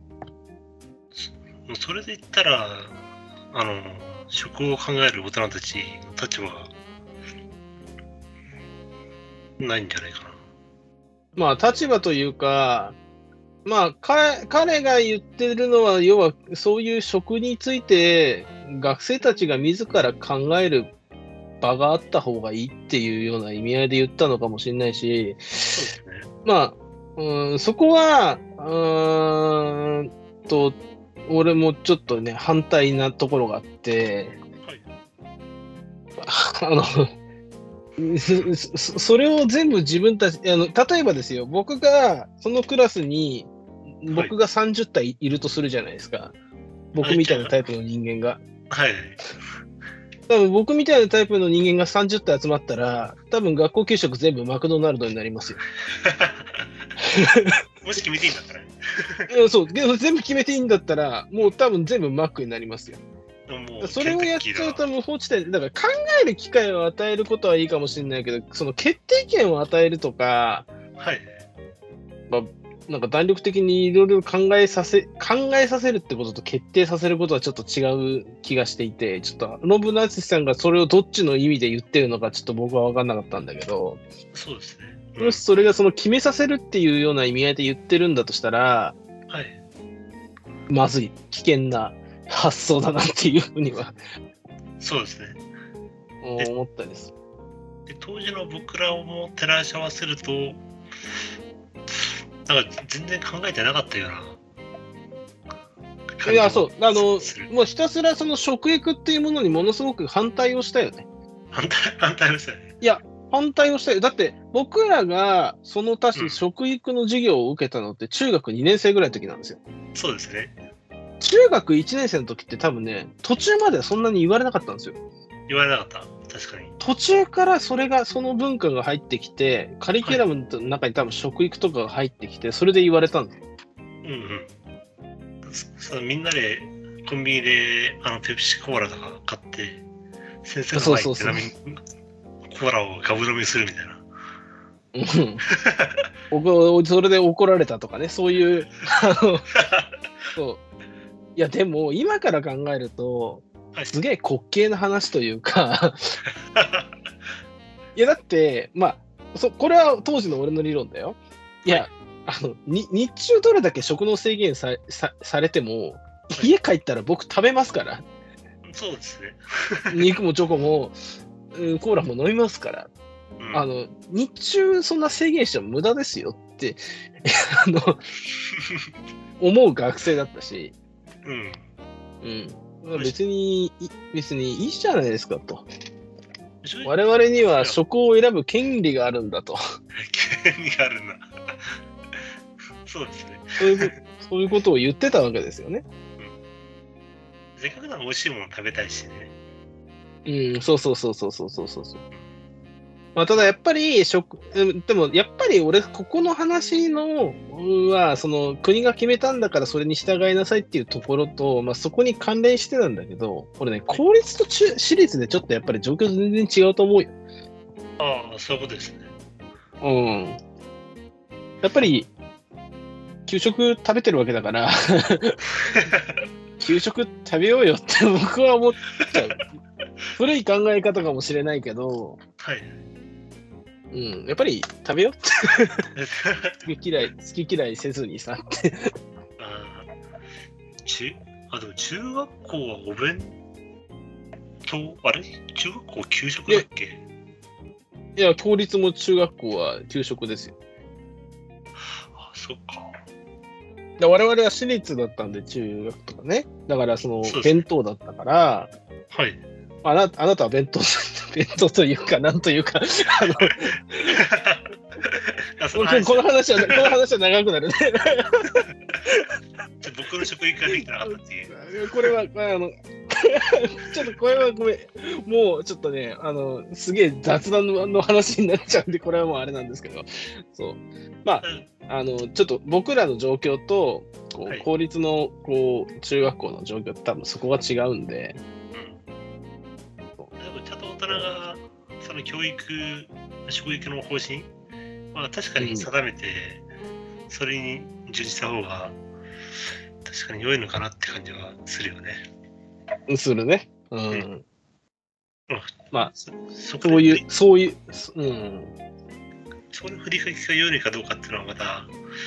そそれで言ったら、あの、食を考える大人たちの立場がないんじゃないかな。 まあ、立場というか、まあ、か彼が言ってるのは、要は、そういう食について、学生たちが自ら考える場があった方がいいっていうような意味合いで言ったのかもしれないし、 そうですね。 まあ、うん、そこは、うーんと、俺もちょっとね、反対なところがあって、 はい。 あの、そそそれを全部自分たち、あの、例えばですよ、僕がそのクラスに、僕がさんじゅったいいるとするじゃないですか。僕みたいなタイプの人間が。 はい。 多分僕みたいなタイプの人間がさんじゅったい集まったら、多分学校給食全部マクドナルドになりますよ。 もし決めていいんだったらね。 いやそう、けど全部決めていいんだったら、もう多分全部マックになりますよ。 もうそれをやっちゃうと無法地帯、だから考える機会を与えることはいいかもしれないけど、その決定権を与えるとか、 はい。 まあ、なんか弾力的にいろいろ考えさせ、考えさせるってことと決定させることはちょっと違う気がしていて、ちょっとノブナツシさんがそれをどっちの意味で言ってるのかちょっと僕は分かんなかったんだけど、 そうですね。 うん、もしそれがその決めさせるっていうような意味合いで言ってるんだとしたら、 はい。 まずい、危険な発想だなっていうふうにはそうですね。 思ったです。 で当時の僕らをも照らし合わせると、なんか全然考えてなかったような。 いや、そう、あの、もうひたすらその食育っていうものにものすごく反対をしたよね。 反対、反対ですよね。 いや、反対をしたよ。だって、僕らがその確か、 うん、 食育の授業を受けたのって中学にねん生ぐらいの時なんですよ。 そうですね。 中学いちねん生の時って多分ね、途中まではそんなに言われなかったんですよ。 言われなかった。確かに。 途中からそれが、その文化が入ってきて、カリキュラムの中に多分食育とかが入ってきて、それで言われたんですよ。 うんうん。そそみんなでコンビニであのペプシコーラとか買って、先生の前に飲みコーラをガブ飲みするみたいな。 うん、それで怒られたとかね、そういう、あのそう。いや、でも、今から考えると、 はい、 すげえ滑稽な話というか、いや、だって、まあそ、これは当時の俺の理論だよ。いや、はい、あのに日中どれだけ食の制限 さ, さ, されても、はい、家帰ったら僕食べますから。 そうですね。 肉もチョコも、うん、コーラも飲みますから。うん、あの日中そんな制限しても無駄ですよってあの思う学生だったし、 うんうん、別に別にいいじゃないですかと。我々には食を選ぶ権利があるんだと。 権利があるんだ。そうですね。 そういう、そういうことを言ってたわけですよね。 うん、せっかくなら美味しいもの食べたいしね。 うん、そうそうそうそうそうそうそう。まあ、ただやっぱり食、でもやっぱり俺ここの話のはその国が決めたんだからそれに従いなさいっていうところと、まあ、そこに関連してなんだけど、これね公立と中私立でちょっとやっぱり状況全然違うと思うよ。 ああ、そういうことですね。 うん。やっぱり給食食べてるわけだから給食食べようよって僕は思っちゃう。古い考え方かもしれないけど、 はい。 うん、やっぱり食べよう好き嫌い、好き嫌いせずにさってあ中あ、でも中学校はお弁当、あれ中学校給食だっけ？ いや、公立も中学校は給食ですよ。 あ、そっか。 だ我々は私立だったんで、中学とかね。だからその弁当だったから、 はい。 あなあなたは弁当、弁当というか、なんというか、あのこの話は、この話は長くなるね。 僕の食育ができてなかったっていう。 これは、あの、ちょっとこれはごめん。もうちょっとね、あの、すげえ雑談の話になっちゃうんで、これはもうあれなんですけど、そう。まあ、あの、ちょっと僕らの状況と、こう、はい、公立の、こう、中学校の状況って多分そこが違うんで、 ちゃんと大人がその教育職域の方針は確かに定めて、うん、それに従事した方が確かに良いのかなって感じはするよね。 するね。うん。うん、まあそ、 そういう、そういう、うん。 それ振り書きが良いかどうかっていうのはまた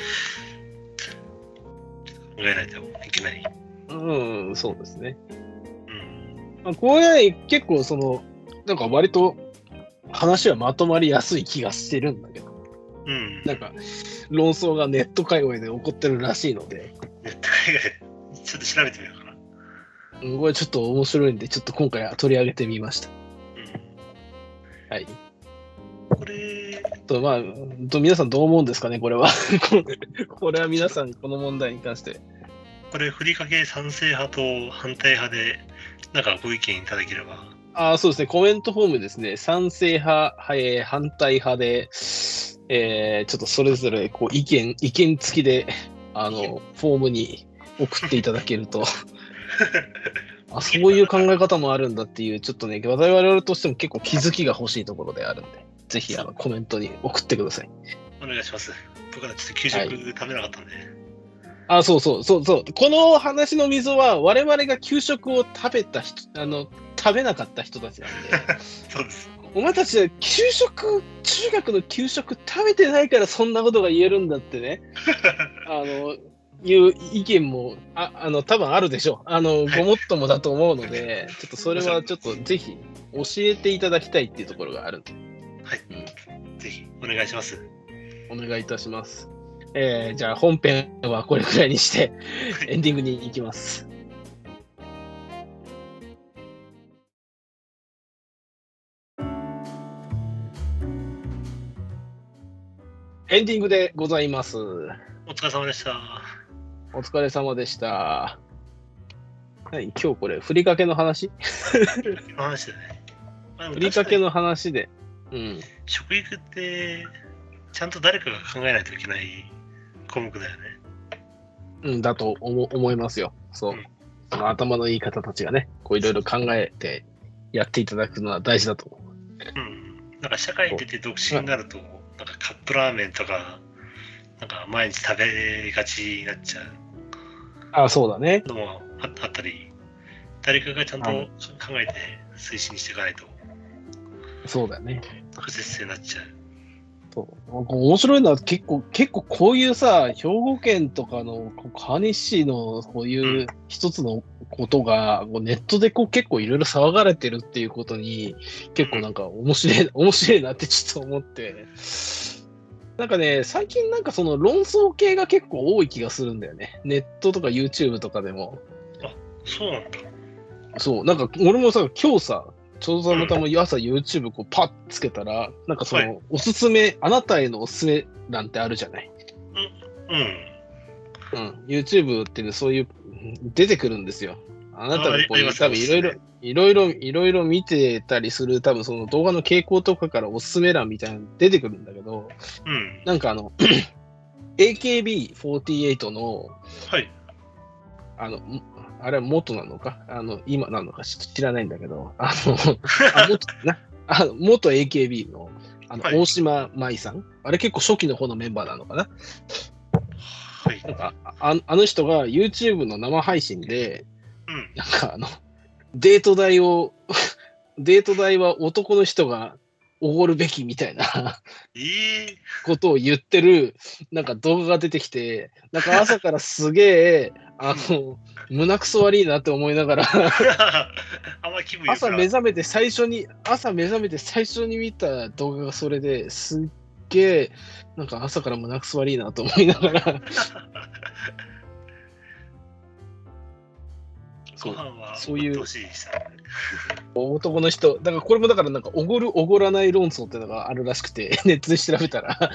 考えないといけない。 うん、そうですね。うん。まあ、これ結構その、なんか割と話はまとまりやすい気がしてるんだけど。 うん。 なんか論争がネット界隈で起こってるらしいので。 ネット界隈でちょっと調べてみようかな。 うん、これちょっと面白いんで、ちょっと今回は取り上げてみました。うん、はい。 これとまあ、と皆さんどう思うんですかね、これは。これは皆さん、この問題に関して。 これ、ふりかけ賛成派と反対派で、なんかご意見いただければ。 あそうですね、コメントフォームですね、賛成派、えー、反対派で、えー、ちょっとそれぞれこう意見、意見付きで、あの、フォームに送っていただけると。あ、そういう考え方もあるんだっていう、ちょっとね、我々としても結構気づきが欲しいところであるんで、ぜひあのコメントに送ってください。 お願いします。僕はちょっと給食食べなかったんで。はい、 あ、そうそうそうそう。この話の溝は我々が給食を食べた人、あの食べなかった人たちなんで。 そうです。 お前たちは給食、中学の給食食べてないからそんなことが言えるんだってね。あのいう意見もああの多分あるでしょう。あの、ごもっともだと思うので、ちょっとそれはちょっとぜひ教えていただきたいっていうところがあるんで。 はい。うん、ぜひお願いします。 お願いいたします。えー、じゃあ本編はこれくらいにしてエンディングに行きます。エンディングでございます。 お疲れ様でした。 お疲れ様でした。何今日これふりかけの話？ の話だね。 ふりかけの話で。うん。 食育ってちゃんと誰かが考えないといけない項目だよね。 うんだと思思いますよ。そう。うん、その頭のいい方たちがね、こういろいろ考えてやっていただくのは大事だと思う。 うん。なんか社会に出て独身になると、なんかカップラーメンとか、なんか毎日食べがちになっちゃう。 ああ、そうだね。 のもあったり、誰かがちゃんと考えて推進していかないと。 そうだよね。 不節制になっちゃう。 そう面白いのは結構結構こういうさ、兵庫県とかの川西市のこういう一つのことが、うん、ネットでこう結構いろいろ騒がれてるっていうことに結構なんか面白い、うん、面白いなってちょっと思って。なんかね、最近なんかその論争系が結構多い気がするんだよね。ネットとか YouTube とかでも。 あ、そうなんだ。 そう、なんか俺もさ、今日さ、ちょうどたまたま朝 YouTube こうパッつけたら、なんかその、はい、おすすめ、あなたへのおすすめ欄ってあるじゃない。 うん。うん。 うん。YouTube ってね、そういう、出てくるんですよ。あなたがこう、多分いろいろ、いろいろ、いろいろ見てたりする、多分その動画の傾向とかからおすすめ欄みたいなの出てくるんだけど、 うん、 なんかあの、エーケービーフォーティーエイト の、 はい。 あの、あれは元なのかあの、今なのか知らないんだけど、あの、あ元なあの元 エーケービー の、あの、はい、大島舞さん、あれ結構初期の方のメンバーなのかな。 はい。 なんかあ、あの人が YouTube の生配信で、 うん、 なんかあの、デート代を、デート代は男の人がおごるべきみたいなことを言ってるなんか動画が出てきて、なんか朝からすげえあの胸くそ悪いなって思いながら朝目覚めて最初に朝目覚めて最初に見た動画がそれですっげえなんか朝から胸くそ悪いなと思いながらご飯はそういう欲しいですね。 男の人、だからこれもだからなんかおごるおごらない論争っていうのがあるらしくて、ネットで調べたらどっ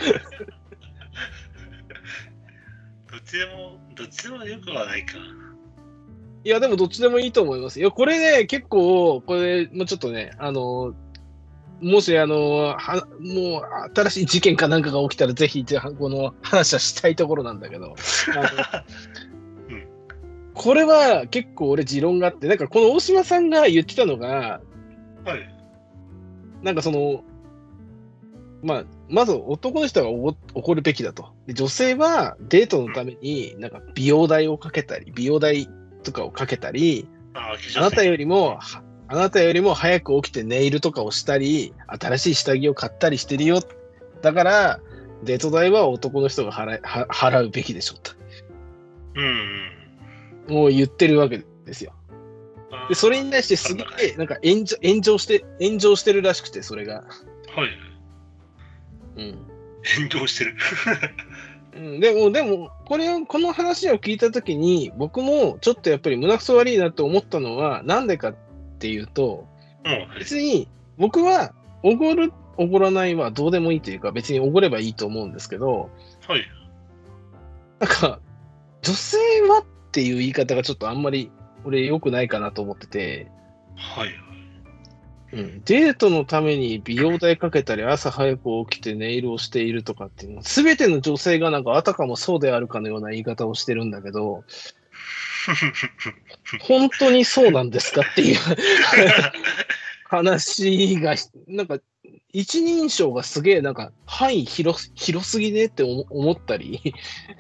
ちでも、どっちでもよくはないか。 いや、でもどっちでもいいと思いますよ。これね、結構、これ、もうちょっとね、あの、もし、あの、はもう新しい事件かなんかが起きたら、ぜひ、この話はしたいところなんだけど、あのうん、これは結構俺持論があって、なんかこの大島さんが言ってたのが、 はい、 なんかその、 まあ、まず男の人がおご怒るべきだと。で女性はデートのためになんか美容代をかけたり、美容代とかをかけたり、 ああ、化粧水あなたよりも、はあなたよりも早く起きてネイルとかをしたり、新しい下着を買ったりしてるよ。だから、デート代は男の人が払いは払うべきでしょと。 うん。 もう言ってるわけですよ。 あーで、それに対してすげえ、なんか炎上炎上して、炎上してるらしくて、それが。 はい。 うん。 炎上してる。 うん、でも、でも、これを、この話を聞いたときに、僕もちょっとやっぱり胸くそ悪いなと思ったのは、なんでかっていうと、 うん、はい。 別に僕は、おごる、おごらないはどうでもいいというか、別におごればいいと思うんですけど、 はい。 なんか、女性はっていう言い方がちょっとあんまり、俺良くないかなと思ってて、 はい。 うん、デートのために美容代かけたり、朝早く起きてネイルをしているとかっていうのは、すべての女性がなんかあたかもそうであるかのような言い方をしてるんだけど、本当にそうなんですかっていう話が、なんか、一人称がすげえ、なんか、範囲広す広すぎねって思思ったり、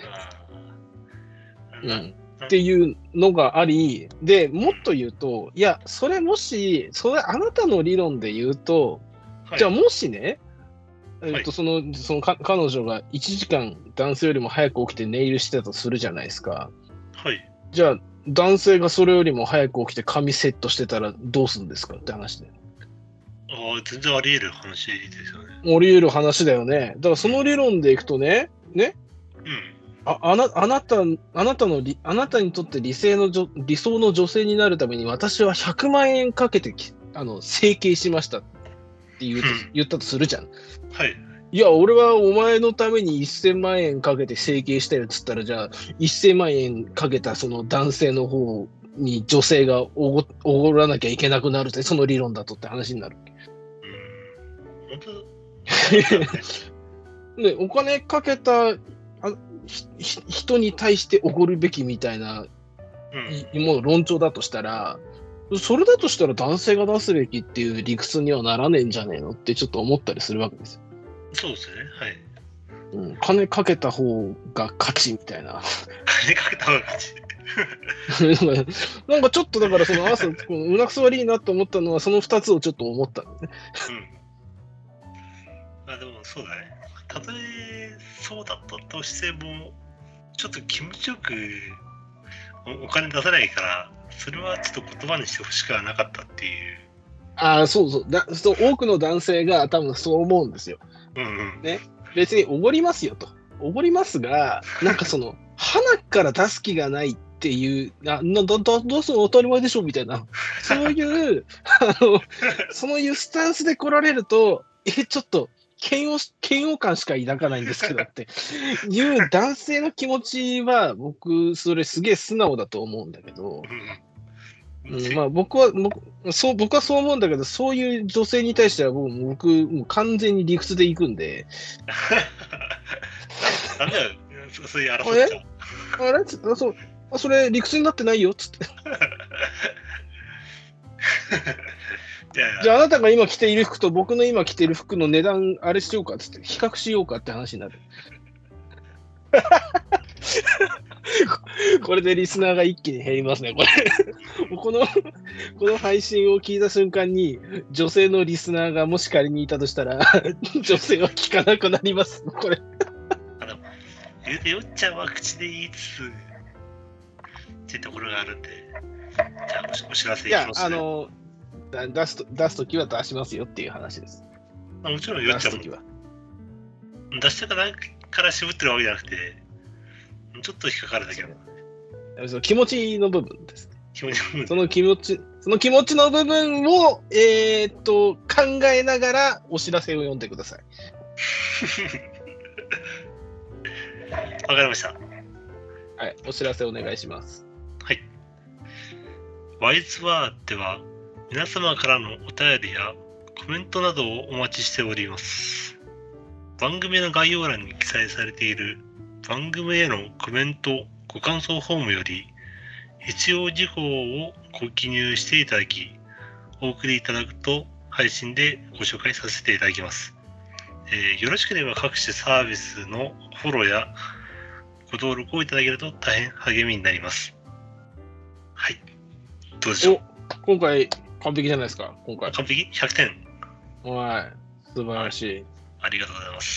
あーなうん、っていうのがあり、で、もっと言うと、いや、それもし、それあなたの理論で言うと、 はいじゃあもしね、えはいっと、その、そのか彼女がいちじかん男性よりも早く起きてネイルしてたとするじゃないですか。 はい。 じゃあ、男性がそれよりも早く起きて髪セットしてたらどうするんですかって話で。 ああ、全然あり得る話ですよね。 あり得る話だよね。だからその理論でいくとね、ね、 うん。 ああなあなたあなたの理あなたにとって理性のじょ理想の女性になるために私はひゃくまんえんかけてきあの整形しましたって言うとうん言ったとするじゃん。 はい。 いや、俺はお前のためにせんまんえんかけて整形したよっつったら、じゃあせんまんえんかけたその男性の方に女性がおごおごらなきゃいけなくなるって、その理論だとって話になる。 うん。本当ね、お金かけたあひひ人に対しておごるべきみたいなうん。 いもう論調だとしたら、それだとしたら男性が出すべきっていう理屈にはならねえんじゃねえのってちょっと思ったりするわけですよ。 そうですね。はい。 うん、金かけた方が勝ちみたいな。 金かけた方が勝ち。 なんかちょっとだからその朝、このうなくそ悪いなと思ったのはそのふたつをちょっと思ったのね。 うん。あ、でもそうだね。たとえそうだったとしても、ちょっと気持ちよくおお金出さないから、それはちょっと言葉にしてほしくはなかったっていう。 ああ、そうそうだそう。多くの男性が多分そう思うんですよ。 うんうん。 ね。別におごりますよと。おごりますが、なんかその、鼻から出す気がないっていう、あなどどどうするの当たり前でしょみたいな、そういう、あの、そういうスタンスで来られると、え、ちょっと、嫌悪し嫌悪感しか抱かないんですけどっていう男性の気持ちは、僕、それすげえ素直だと思うんだけど、 うんうん、まあ僕は僕そう、僕はそう思うんだけど、そういう女性に対しては僕、僕もう完全に理屈で行くんで、 ダメだよ。そそういう争っちゃう。 あれつあそうあそれ理屈になってないよっつって。 いやいやじゃああなたが今着ている服と僕の今着ている服の値段あれしようかっつって比較しようかって話になる。これでリスナーが一気に減りますね、これ。もうこの、この配信を聞いた瞬間に、女性のリスナーがもし仮にいたとしたら、女性は聞かなくなります、これ。 あの言うてよっちゃんは口で言いつつっていうところがあるんで、じゃあおお知らせいやいきま、すね。 あの、だ出すと、出すときは出しますよっていう話です。 まあもちろんよ出っちゃんもすときは。 出したからから渋ってるわけじゃなくて、ちょっと引っかかるだけのその気持ちの部分です。 気持ちその気持ち、その気持ちの部分を、えーっと、考えながらお知らせを読んでください。 わかりました。 はい、お知らせお願いします。 はい。ワイズワーでは皆様からのお便りやコメントなどをお待ちしております。番組の概要欄に記載されている番組へのコメント、ご感想フォームより必要事項をご記入していただき、お送りいただくと配信でご紹介させていただきます。 えーよろしければ各種サービスのフォローやご登録をいただけると大変励みになります。はい。どうでしょう。 今回、完璧じゃないですか、今回。 完璧 ?ひゃくてん。 はい。素晴らしい。 ありがとうございます。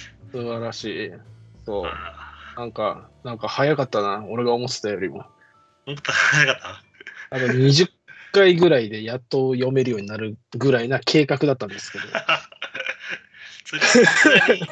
素晴らしい。そう。 あなんか、なんか早かったな。俺が思ってたよりも。 本当早かったあとにじゅっかいぐらいでやっと読めるようになるぐらいな計画だったんですけど。 それさすがに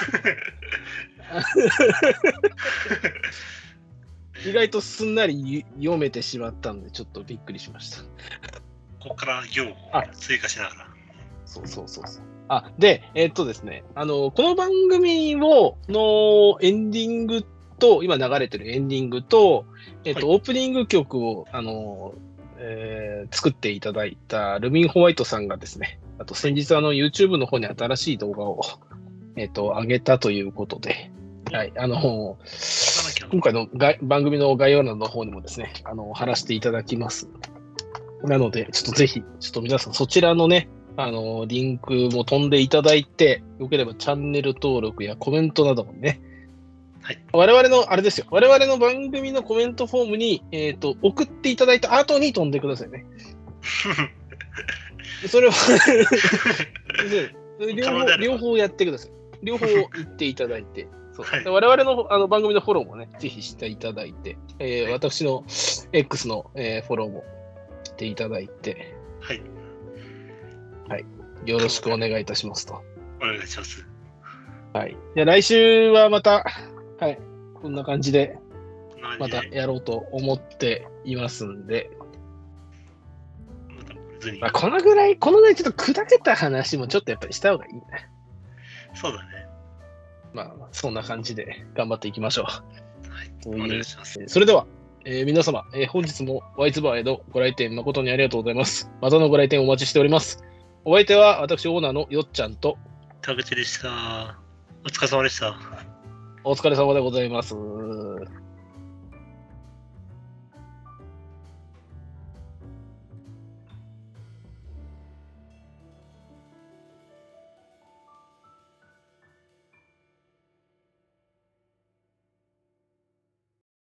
意外とすんなり読めてしまったんで、ちょっとびっくりしました。 ここから行を追加しながら。 そうそうそうそう。あ、で、えーっとですね、あの、この番組を、のエンディングと、今流れてるエンディングと、えーっと、 はいオープニング曲を、あの、えー作っていただいたルミン・ホワイトさんがですね、あと先日あの YouTube の方に新しい動画を、えーっと、上げたということで、はい、あの、今回のが番組の概要欄の方にもですね、あの、貼らせていただきます。なので、ちょっとぜひ、ちょっと皆さんそちらのね、あの、リンクも飛んでいただいて、よければチャンネル登録やコメントなどもね、 はい、 我々の、あれですよ、我々の番組のコメントフォームに、えっと、送っていただいた後に飛んでくださいね。それは両方、両方やってください。両方言っていただいて、そうはい、 我々のあの番組のフォローもね、ぜひしていただいて、えー、私の X の、えー、フォローもしていただいて、 はい。 はい。よろしくお願いいたしますと。 お願いします。 はい。じゃあ来週はまた、はい。こんな感じで、またやろうと思っていますんで、まあ、このぐらい、このぐらいちょっと砕けた話もちょっとやっぱりした方がいいね。 そうだね。 まあ、そんな感じで頑張っていきましょう。 はい。お願いします。 それでは、えー皆様、えー本日もワイズバーへのご来店誠にありがとうございます。またのご来店お待ちしております。お相手は私、オーナーのよっちゃんと、 田口でした。お疲れ様でした。 お疲れ様でございます。